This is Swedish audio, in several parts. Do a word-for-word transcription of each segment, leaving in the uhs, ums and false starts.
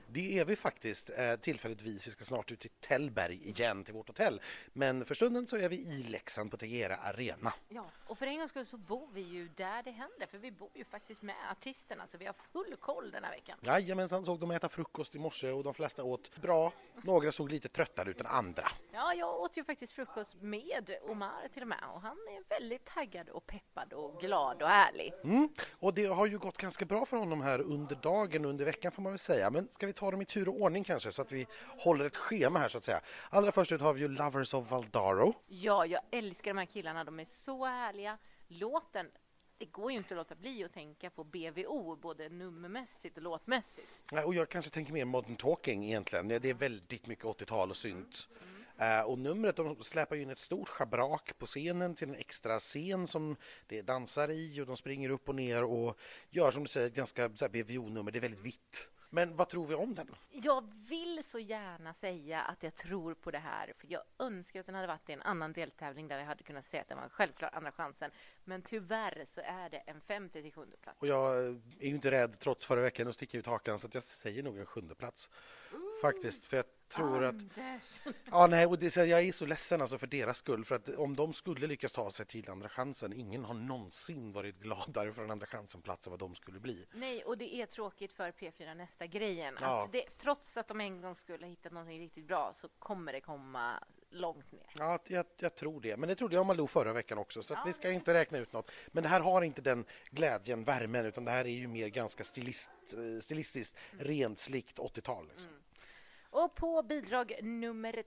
Det är vi faktiskt eh, tillfälligtvis. Vi ska snart ut till Tällberg igen till vårt hotell. Men för stunden så är vi i Leksand på Tegera Arena. Ja, och för en gångs skull så bor vi ju där det händer. För vi bor ju faktiskt med artisterna, så vi har full koll den här veckan. Jajamensan, såg de äta frukost i morse och de flesta åt bra. Några såg lite tröttare ut än andra. Ja, jag åt ju faktiskt frukost med Omar till och med. Och han är väldigt taggad och peppad och glad och härlig. Mm. Och det har ju gått ganska bra för honom här under dagen och under veckan får man väl säga. Men ska vi ta dem i tur och ordning kanske så att vi håller ett schema här så att säga. Allra först ut har vi ju Lovers of Valdaro. Ja, jag älskar de här killarna. De är så härliga. Låten, det går ju inte att låta bli att tänka på B V O både nummermässigt och låtmässigt. Ja, och jag kanske tänker mer Modern Talking egentligen. Det är väldigt mycket åttiotal och synt. Mm. Uh, och numret, de släpar ju in ett stort schabrak på scenen till en extra scen som det dansar i och de springer upp och ner och gör som du säger ett ganska så här, B V O-nummer. Det är väldigt vitt. Men vad tror vi om den? Jag vill så gärna säga att jag tror på det här. För jag önskar att den hade varit i en annan deltävling där jag hade kunnat säga att den var en självklar andra chansen. Men tyvärr så är det en femte till sjunde plats. Och jag är ju inte rädd trots förra veckan och sticker ut hakan så att jag säger nog en sjunde plats. Mm. Faktiskt, för jag tror Anders. att... Ja, nej, och det, jag är så ledsen alltså för deras skull. För att om de skulle lyckas ta sig till andra chansen, ingen har någonsin varit gladare för en andra chansen-plats än vad de skulle bli. Nej, och det är tråkigt för P fyra nästa grejen. Ja. Att det, trots att de en gång skulle ha hittat något riktigt bra så kommer det komma långt ner. Ja, jag, jag tror det. Men det trodde jag om Malou förra veckan också. Så att Ja, vi ska inte räkna ut något. Men det här har inte den glädjen, värmen, utan det här är ju mer ganska stilist, stilistiskt, mm. rent slikt åttiotal. Liksom. Mm. Och på bidrag nummer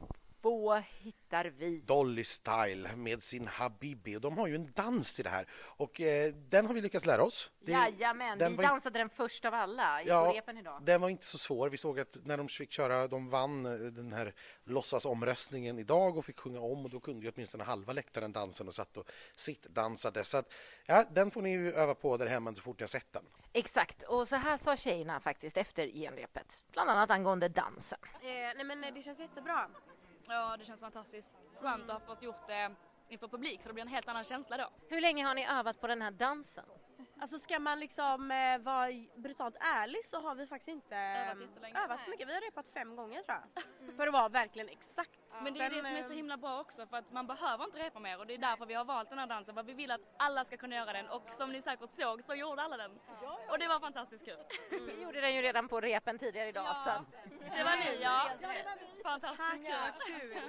två hittar vi Dolly Style med sin Habibi. Och de har ju en dans i det här. Och eh, den har vi lyckats lära oss. Det, Jajamän, vi dansade in... den först av alla i ja, repen idag. Den var inte så svår. Vi såg att när de fick köra, de vann den här låtsasomröstningen idag och fick sjunga om. Och då kunde ju åtminstone halva läktaren dansen och satt och sitt dansade. Så att, ja, den får ni ju öva på där hemma så fort ni har sett den. Exakt, och så här sa tjejerna faktiskt efter genrepet. Bland annat angående dansen. Eh, nej men det känns jättebra. Ja, det känns fantastiskt skönt att ha fått gjort det inför publik för det blir en helt annan känsla då. Hur länge har ni övat på den här dansen? Alltså ska man liksom eh, vara brutalt ärlig så har vi faktiskt inte övat, övat så mycket. Vi har repat fem gånger tror jag. Mm. För att vara verkligen exakt. Ja. Men det är det som är så himla bra också för att man behöver inte repa mer och det är därför vi har valt den här dansen. För vi vill att alla ska kunna göra den och som ni säkert såg så gjorde alla den. Ja, ja. Och det var fantastiskt kul. Mm. Vi gjorde den ju redan på repen tidigare idag. Ja. Så. Det var ni, ja. ja det var ni. Fantastiskt kul.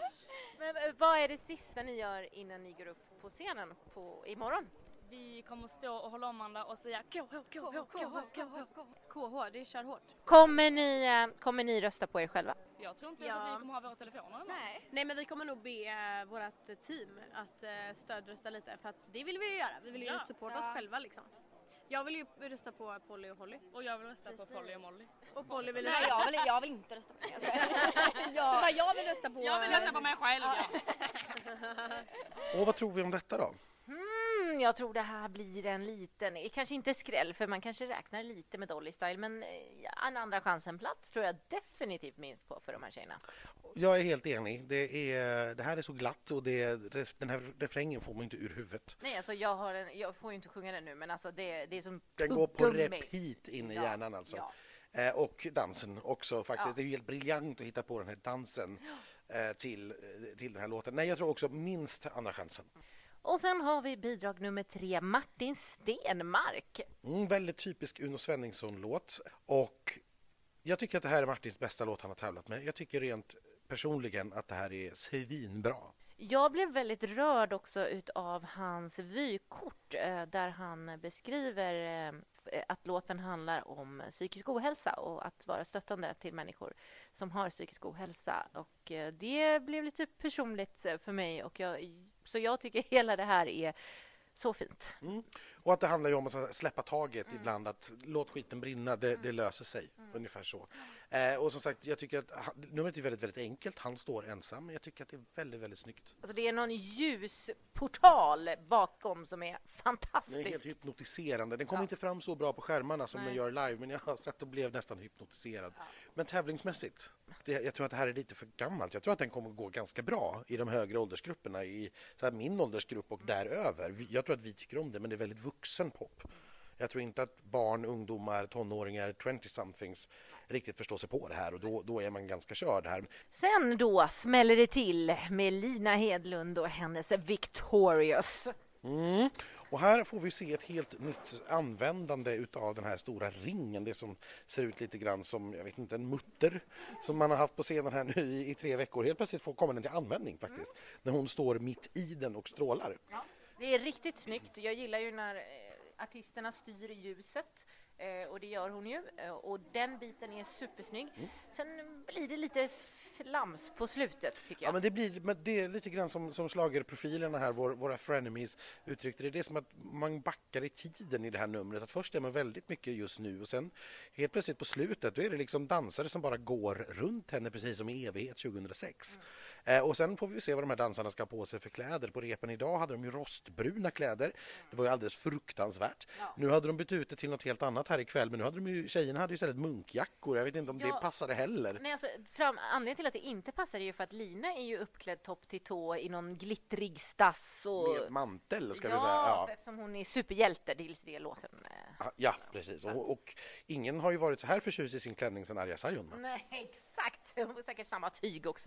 Men vad är det sista ni gör innan ni går upp på scenen på imorgon? Vi kommer stå och hålla om andra och säga K H, K H, K H, K H, K H, det kör hårt. Kommer ni, kommer ni rösta på er själva? Jag tror inte ja. att vi kommer ha våra telefoner. Eller? Nej. Nej, men vi kommer nog be uh, vårt team att uh, stödrösta lite för att det vill vi ju göra. Vi vill ju ja. supporta ja. oss själva liksom. Jag vill ju rösta på Polly och Holly. Och jag vill rösta Precis. på Polly och Molly. Och Polly vill Nej, jag vill, jag vill inte rösta på mig. ja. bara, jag vill rösta på... Jag vill rösta på mig själv, ja. Och vad tror vi om detta då? Mm, jag tror det här blir en liten, kanske inte skräll för man kanske räknar lite med Dolly Style, men ja, en andra chansen plats tror jag definitivt minst på för de här tjejerna. Jag är helt enig. Det, är, det här är så glatt och det, den här refrängen får man inte ur huvudet. Nej, alltså jag, har en, jag får ju inte sjunga den nu, men alltså det, det är som den går på repeat in i ja, hjärnan alltså. Ja. Eh, och dansen också faktiskt. Ja. Det är ju helt briljant att hitta på den här dansen eh, till, till den här låten. Nej, jag tror också minst andra chansen. Och sen har vi bidrag nummer tre, Martin Stenmark. Mm, väldigt typisk Uno Svenningsson-låt. Och jag tycker att det här är Martins bästa låt han har tävlat med. Jag tycker rent personligen att det här är svinbra. Jag blev väldigt rörd också utav hans vykort där han beskriver att låten handlar om psykisk ohälsa och att vara stöttande till människor som har psykisk ohälsa. Och det blev lite personligt för mig och jag, så jag tycker hela det här är så fint. Mm. Och att det handlar ju om att släppa taget mm. ibland, att låt skiten brinna, det, det löser sig, mm. ungefär så. Eh, och som sagt, jag tycker att numret är väldigt, väldigt enkelt. Han står ensam, men jag tycker att det är väldigt, väldigt snyggt. Alltså det är någon ljusportal bakom som är fantastisk. Den är helt hypnotiserande. Den kommer ja. inte fram så bra på skärmarna som Nej. den gör live, men jag har sett och blev nästan hypnotiserad. Ja. Men tävlingsmässigt, det, jag tror att det här är lite för gammalt. Jag tror att den kommer gå ganska bra i de högre åldersgrupperna, i så här, min åldersgrupp och däröver. Jag tror att vi tycker om det, men det är väldigt vuxen pop. Jag tror inte att barn, ungdomar, tonåringar, twenty-somethings riktigt förstå sig på det här och då, då är man ganska körd här. Sen då smäller det till med Lina Hedlund och hennes Victorious. Mm. Och här får vi se ett helt nytt användande utav den här stora ringen. Det som ser ut lite grann som, jag vet inte, en mutter som man har haft på scenen här nu i, i tre veckor. Helt plötsligt får komma den till användning faktiskt. Mm. När hon står mitt i den och strålar. Ja, det är riktigt snyggt. Jag gillar ju när eh, artisterna styr ljuset. Eh, och det gör hon ju. Eh, och den biten är supersnygg. Mm. Sen blir det lite flams på slutet tycker jag. Ja, men det blir men det är lite grann som, som schlagerprofilerna här, vår, våra frenemies uttryckte det. Det är som att man backar i tiden i det här numret. Att först är man väldigt mycket just nu och sen helt plötsligt på slutet då är det liksom dansare som bara går runt henne precis som i evighet tjugohundrasex. Mm. Eh, och sen får vi se vad de här dansarna ska ha på sig för kläder. På repen idag hade de ju rostbruna kläder. Det var ju alldeles fruktansvärt. Ja. Nu hade de bytt ut det till något helt annat här ikväll, men nu hade de ju, tjejerna hade ju istället munkjackor. Jag vet inte om ja. det passade heller. Nej, alltså, fram, anledningen till att det inte passar är ju för att Lina är ju uppklädd topp till tå i någon glittrig stass. Och... med mantel ska ja, vi säga. Ja, eftersom hon är superhjälte, det är det låten. Ja, precis. Och, och ingen har ju varit så här förtjust i sin klänning som Arja Saijonmaa. Nej, exakt. Hon har säkert samma tyg också.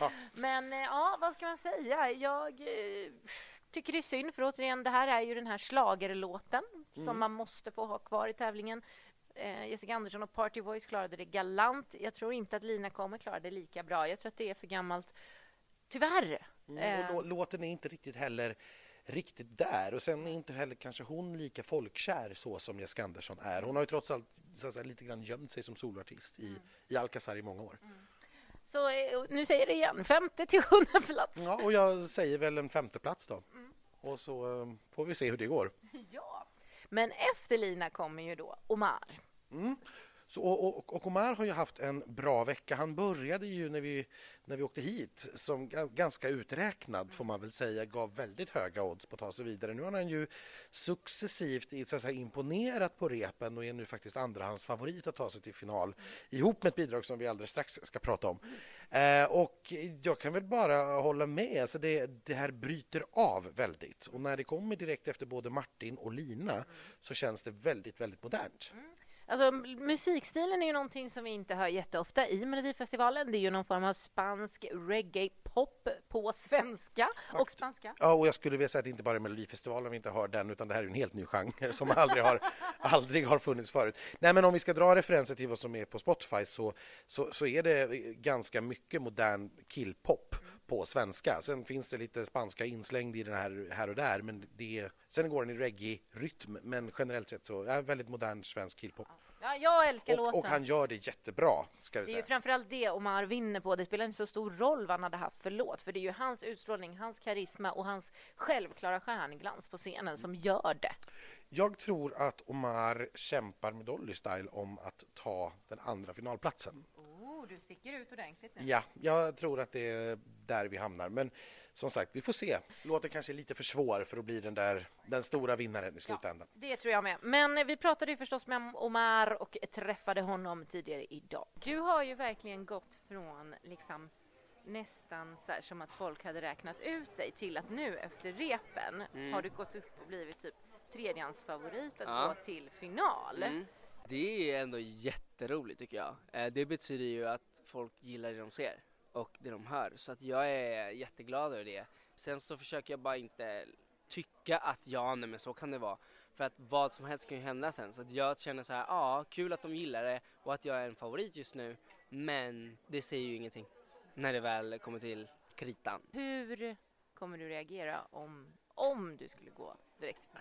Men ja, vad ska man säga? Jag eh, tycker det är synd, för återigen, det här är ju den här schlagerlåten mm. som man måste få ha kvar i tävlingen. Eh, Jessica Andersson och Party Voice klarade det galant. Jag tror inte att Lina kommer klara det lika bra. Jag tror att det är för gammalt. Tyvärr. Mm, och låten är inte riktigt heller riktigt där. Och sen är inte heller kanske hon lika folkkär så som Jessica Andersson är. Hon har ju trots allt så att säga, lite grann gömt sig som solartist i, mm. i Alcazar i många år. Mm. Så nu säger jag det igen, femte till sjunde plats. Ja, och jag säger väl en femte plats då. Mm. Och så um, får vi se hur det går. Ja, men efter Lina kommer ju då Omar. Mm. Så, och, och, och Omar har ju haft en bra vecka. Han började ju när vi, när vi åkte hit som ganska uträknad får man väl säga. Gav väldigt höga odds på att ta sig vidare. Nu har han ju successivt så att säga, imponerat på repen och är nu faktiskt andrahandsfavorit att ta sig till final. Ihop med ett bidrag som vi alldeles strax ska prata om. Eh, och jag kan väl bara hålla med. Alltså det, det här bryter av väldigt. Och när det kommer direkt efter både Martin och Lina så känns det väldigt, väldigt modernt. Mm. Alltså, musikstilen är ju någonting som vi inte hör jätteofta i Melodifestivalen. Det är ju någon form av spansk reggae-pop på svenska Fakt. och spanska. Ja, och jag skulle vilja säga att det inte bara är Melodifestivalen vi inte hör den, utan det här är en helt ny genre som aldrig har, aldrig har funnits förut. Nej, men om vi ska dra referenser till vad som är på Spotify så, så, så är det ganska mycket modern killpop på svenska. Sen finns det lite spanska inslängd i den här, här och där, men det är, sen går den i reggae-rytm, men generellt sett så är det väldigt modern svensk killpop. Ja, jag älskar och, låten. Och han gör det jättebra, ska vi Det är säga. ju framförallt det Omar vinner på. Det spelar inte så stor roll vad han hade haft för låt, för det är ju hans utstrålning, hans karisma och hans självklara stjärnglans på scenen som gör det. Jag tror att Omar kämpar med Dolly Style om att ta den andra finalplatsen. Oh, du sticker ut ordentligt nu. Ja, jag tror att det är där vi hamnar. Men som sagt, vi får se. Låten kanske är lite för svår för att bli den där den stora vinnaren i slutändan. Ja, det tror jag med. Men vi pratade ju förstås med Omar och träffade honom tidigare idag. Du har ju verkligen gått från liksom nästan så här, som att folk hade räknat ut dig till att nu efter repen mm. har du gått upp och blivit typ tredjehandsfavorit att ja. gå till final. Mm. Det är ändå jätteroligt tycker jag. Det betyder ju att folk gillar det de ser och det de hör. Så att jag är jätteglad över det. Sen så försöker jag bara inte tycka att ja, nej, men så kan det vara. För att vad som helst kan ju hända sen. Så att jag känner så här, ja, kul att de gillar det och att jag är en favorit just nu. Men det säger ju ingenting när det väl kommer till kritan. Hur kommer du reagera om, om du skulle gå direkt?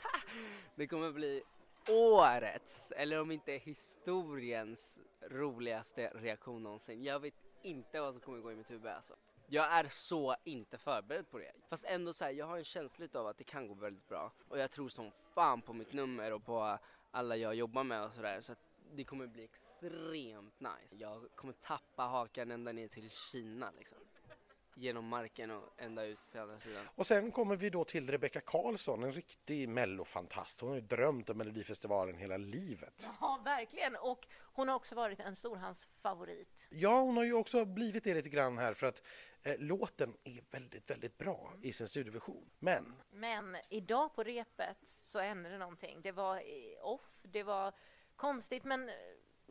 Det kommer bli årets, eller om inte historiens roligaste reaktion någonsin. Jag vet inte vad som kommer gå i mitt huvud alltså. Jag är så inte förberedd på det. Fast ändå så här, jag har en känsla av att det kan gå väldigt bra. Och jag tror som fan på mitt nummer och på alla jag jobbar med och sådär. Så att det kommer bli extremt nice. Jag kommer tappa hakan ända ner till Kina liksom. Genom marken och ända ut till andra sidan. Och sen kommer vi då till Rebecca Karlsson, en riktig mellofantast. Hon har ju drömt om Melodifestivalen hela livet. Ja, verkligen. Och hon har också varit en storhandsfavorit. Ja, hon har ju också blivit det lite grann här för att eh, låten är väldigt, väldigt bra mm. i sin studioversion. Men... Men idag på repet så hände det någonting. Det var off, det var konstigt, men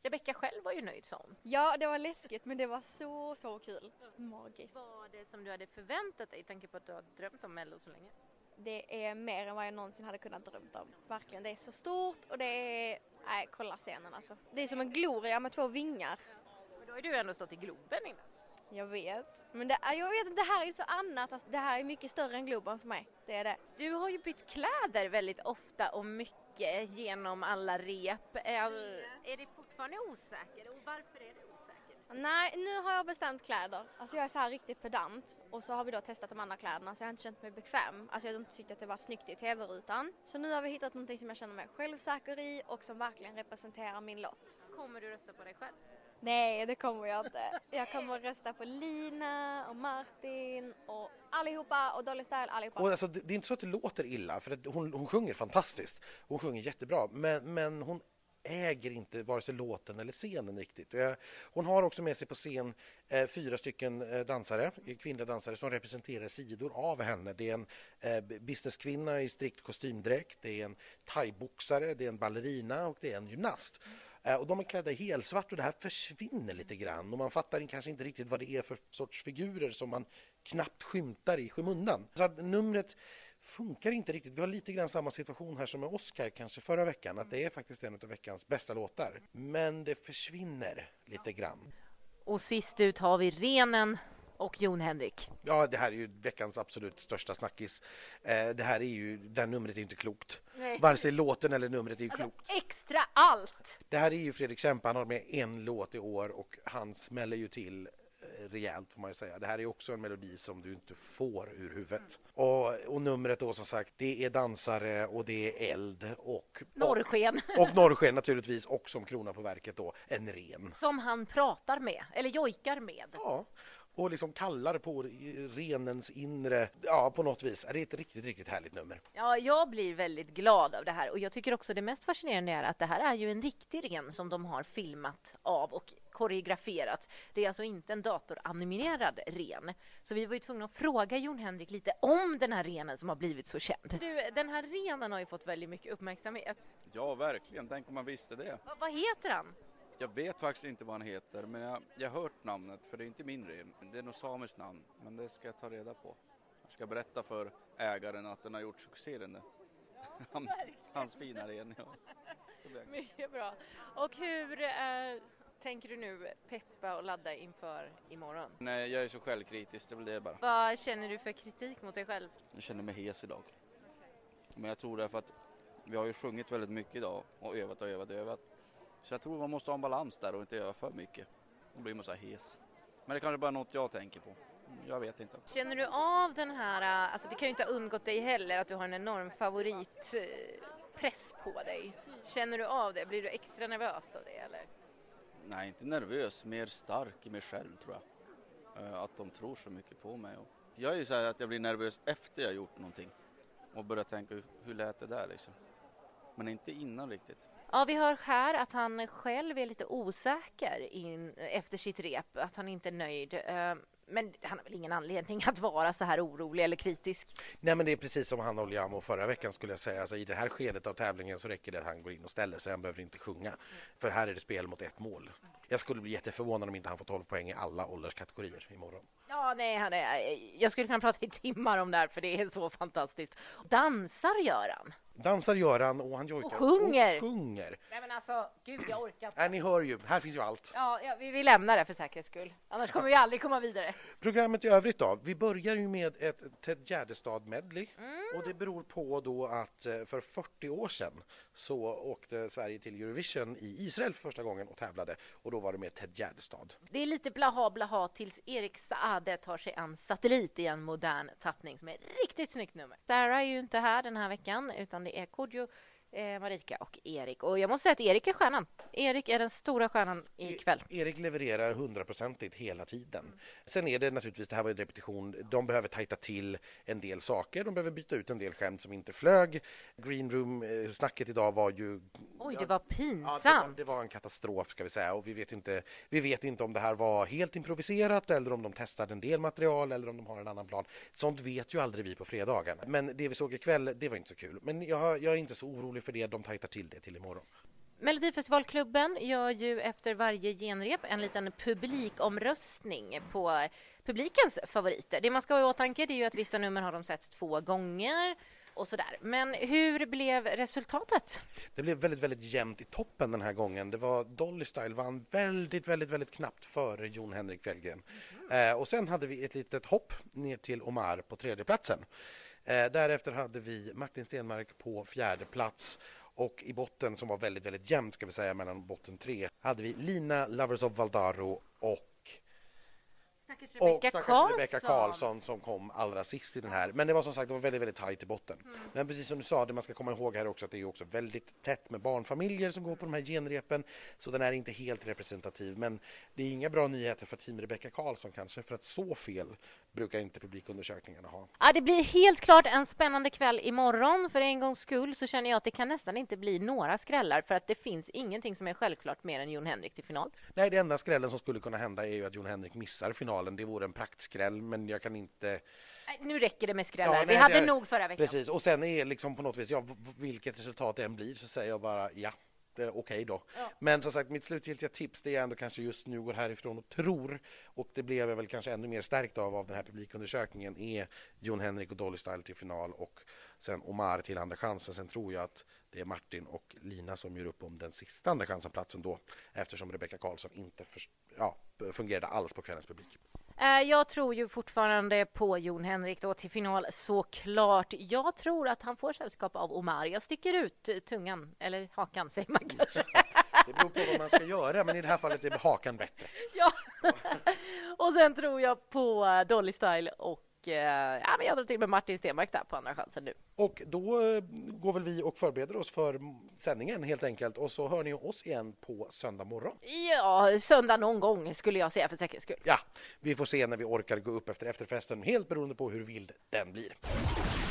Rebecca själv var ju nöjd, sa hon. Ja, det var läskigt men det var så, så kul. Magiskt. Vad var det som du hade förväntat dig? Tänker på att du har drömt om Mello så länge. Det är mer än vad jag någonsin hade kunnat drömt om. Verkligen, det är så stort och det är... Nej, kolla scenen alltså. Det är som en gloria med två vingar. Men då har ju du ändå stått i Globen innan. Jag vet. Men det, jag vet att det här är så annat. Alltså, det här är mycket större än Globen för mig. Det är det. Du har ju bytt kläder väldigt ofta och mycket genom alla rep. Är, är det fortfarande osäkert? Och varför är det osäkert? Nej, nu har jag bestämt kläder. Alltså jag är så här riktigt pedant. Och så har vi då testat de andra kläderna så jag har inte känt mig bekväm. Alltså jag har inte tyckt att det var snyggt i tv-rutan. Så nu har vi hittat någonting som jag känner mig självsäker i och som verkligen representerar min låt. Kommer du rösta på dig själv? Nej, det kommer jag inte. Jag kommer rösta på Lina och Martin och allihopa och Dolly Style, allihopa. Och alltså, det, det är inte så att det låter illa, för att hon, hon sjunger fantastiskt. Hon sjunger jättebra, men, men hon äger inte vare sig låten eller scenen riktigt. Och jag, hon har också med sig på scen eh, fyra stycken eh, dansare, kvinnliga dansare som representerar sidor av henne. Det är en eh, businesskvinna i strikt kostymdräkt, det är en thaiboxare, det är en ballerina och det är en gymnast. Och de är klädda i helsvart och det här försvinner lite grann och man fattar kanske inte riktigt vad det är för sorts figurer som man knappt skymtar i skymundan. Så att numret funkar inte riktigt. Vi har lite grann samma situation här som med Oscar kanske förra veckan, att det är faktiskt en av veckans bästa låtar. Men det försvinner lite grann. Och sist ut har vi Renen och Jon Henrik. Ja, det här är ju veckans absolut största snackis. Eh, det här är ju, det här numret är inte klokt. Nej. Vare sig låten eller numret är ju Alltså, klokt. extra allt! Det här är ju Fredrik Kempe, han har med en låt i år och han smäller ju till eh, rejält får man ju säga. Det här är också en melodi som du inte får ur huvudet. Mm. Och, och numret då som sagt, det är dansare och det är eld och... Norrsken. Och, och norrsken naturligtvis och som krona på verket då, en ren. Som han pratar med, eller jojkar med. Ja. Och liksom kallar på renens inre, ja på något vis. Det är ett riktigt, riktigt härligt nummer. Ja, jag blir väldigt glad av det här och jag tycker också det mest fascinerande är att det här är ju en riktig ren som de har filmat av och koreograferat. Det är alltså inte en datoranimerad ren. Så vi var ju tvungna att fråga Jon Henrik lite om den här renen som har blivit så känd. Du, den här renen har ju fått väldigt mycket uppmärksamhet. Ja, verkligen. Tänk om man visste det. Va, vad heter han? Jag vet faktiskt inte vad han heter, men jag, jag har hört namnet, för det är inte min ren. Det är nog samiskt namn, men det ska jag ta reda på. Jag ska berätta för ägaren att den har gjort succé den där. Han, hans fina ren, ja. Mycket bra. Och hur äh, tänker du nu peppa och ladda inför imorgon? Nej, jag är så självkritisk, det är väl det bara. Vad känner du för kritik mot dig själv? Jag känner mig hes idag. Men jag tror därför att vi har ju sjungit väldigt mycket idag och övat och övat och övat. Så jag tror man måste ha en balans där och inte göra för mycket. Då blir man så här hes. Men det kanske bara är något jag tänker på. Jag vet inte. Känner du av den här, alltså det kan ju inte ha undgått dig heller att du har en enorm favoritpress på dig. Känner du av det? Blir du extra nervös av det eller? Nej, inte nervös. Mer stark i mig själv tror jag. Att de tror så mycket på mig. Jag är ju så här att jag blir nervös efter jag gjort någonting. Och börjar tänka, hur lät det där liksom? Men inte innan riktigt. Ja, vi hör här att han själv är lite osäker in, efter sitt rep, att han inte är nöjd. Men han har väl ingen anledning att vara så här orolig eller kritisk? Nej, men det är precis som han och Liamo förra veckan skulle jag säga. Alltså, i det här skedet av tävlingen så räcker det att han går in och ställer sig. Han behöver inte sjunga. För här är det spel mot ett mål. Jag skulle bli jätteförvånad om inte han får tolv poäng i alla ålderskategorier imorgon. Ja, nej, han är, jag skulle kunna prata i timmar om det här för det är så fantastiskt. Dansar gör han. Dansar gör han och han jojkar. Och sjunger. Och sjunger. Nej, men alltså, gud, jag orkar inte. Äh, ni hör ju, här finns ju allt. Ja, ja vi, vi lämnar det för säkerhets skull. Annars kommer vi aldrig komma vidare. Programmet i övrigt då. Vi börjar ju med ett Ted Gärdestad-medley. Mm. Och det beror på då att för fyrtio år sedan så åkte Sverige till Eurovision i Israel för första gången och tävlade. Och då var det med Ted Gärdestad. Det är lite blaha blaha tills Erik Saade tar sig an Satellit i en modern tappning som är ett riktigt snyggt nummer. Sarah är ju inte här den här veckan utan det är Kodjo, eh, Marika och Erik. Och jag måste säga att Erik är stjärnan. Erik är den stora stjärnan ikväll. E- Erik levererar hundraprocentigt hela tiden. Mm. Sen är det naturligtvis, det här var en repetition, de behöver tajta till en del saker. De behöver byta ut en del skämt som inte flög. Green room-snacket idag var ju... Oj, det var pinsamt. Ja, det, var, det var en katastrof ska vi säga. Och vi vet, inte, vi vet inte om det här var helt improviserat eller om de testade en del material eller om de har en annan plan. Sånt vet ju aldrig vi på fredagen. Men det vi såg ikväll, det var inte så kul. Men jag, jag är inte så orolig för det. De tajtar till det till imorgon. Melodifestivalklubben gör ju efter varje genrep en liten publikomröstning på publikens favoriter. Det man ska ha i åtanke det är ju att vissa nummer har de sett två gånger och sådär. Men hur blev resultatet? Det blev väldigt, väldigt jämnt i toppen den här gången. Det var Dolly Style vann väldigt, väldigt, väldigt knappt före Jon Henrik Fjällgren. Mm. Eh, och sen hade vi ett litet hopp ner till Omar på tredje platsen. Eh, därefter hade vi Martin Stenmark på fjärde plats. Och i botten, som var väldigt, väldigt jämnt ska vi säga, mellan botten tre, hade vi Lina, Lovers of Valdaro och Stackars Rebecca, och stackars Karlsson. Rebecca Karlsson som kom allra sist i den här. Men det var som sagt det var väldigt, väldigt tajt i botten. Mm. Men precis som du sa, det man ska komma ihåg här också att det är också väldigt tätt med barnfamiljer som går på de här genrepen. Så den är inte helt representativ. Men det är inga bra nyheter för team Rebecca Karlsson kanske. För att så fel brukar inte publikundersökningarna ha. Ja, det blir helt klart en spännande kväll imorgon. För en gångs skull så känner jag att det kan nästan inte bli några skrällar. För att det finns ingenting som är självklart mer än Jon Henrik till final. Nej, det enda skrällen som skulle kunna hända är ju att Jon Henrik missar finalen. Det vore en praktskräll, men jag kan inte... Nej, nu räcker det med skrällar. Ja, Vi nej, hade det... nog förra veckan. Precis, och sen är liksom på något vis, ja, vilket resultat det än blir så säger jag bara ja, det är okej okay då. Ja. Men som sagt, mitt slutgiltiga tips det är ändå kanske just nu går härifrån och tror, och det blev jag väl kanske ännu mer stärkt av av den här publikundersökningen, är Jon Henrik och Dolly Style till final och sen Omar till andra chansen. Sen tror jag att det är Martin och Lina som gör upp om den sista andra chansen-platsen då, eftersom Rebecca Karlsson inte för, ja, fungerade alls på kvällens publik. Jag tror ju fortfarande på Jon Henrik då till final, såklart. Jag tror att han får sällskap av Omar. Jag sticker ut tungan, eller hakan säger man kanske. Det beror på vad man ska göra, men i det här fallet är hakan bättre. Ja, och sen tror jag på Dolly Style och ja, men jag drar till med Martin Stenmark där på andra chansen nu. Och då går väl vi och förbereder oss för sändningen helt enkelt. Och så hör ni oss igen på söndag morgon. Ja, söndag någon gång skulle jag säga för säkerhets skull. Ja, vi får se när vi orkar gå upp efter efterfesten. Helt beroende på hur vild den blir.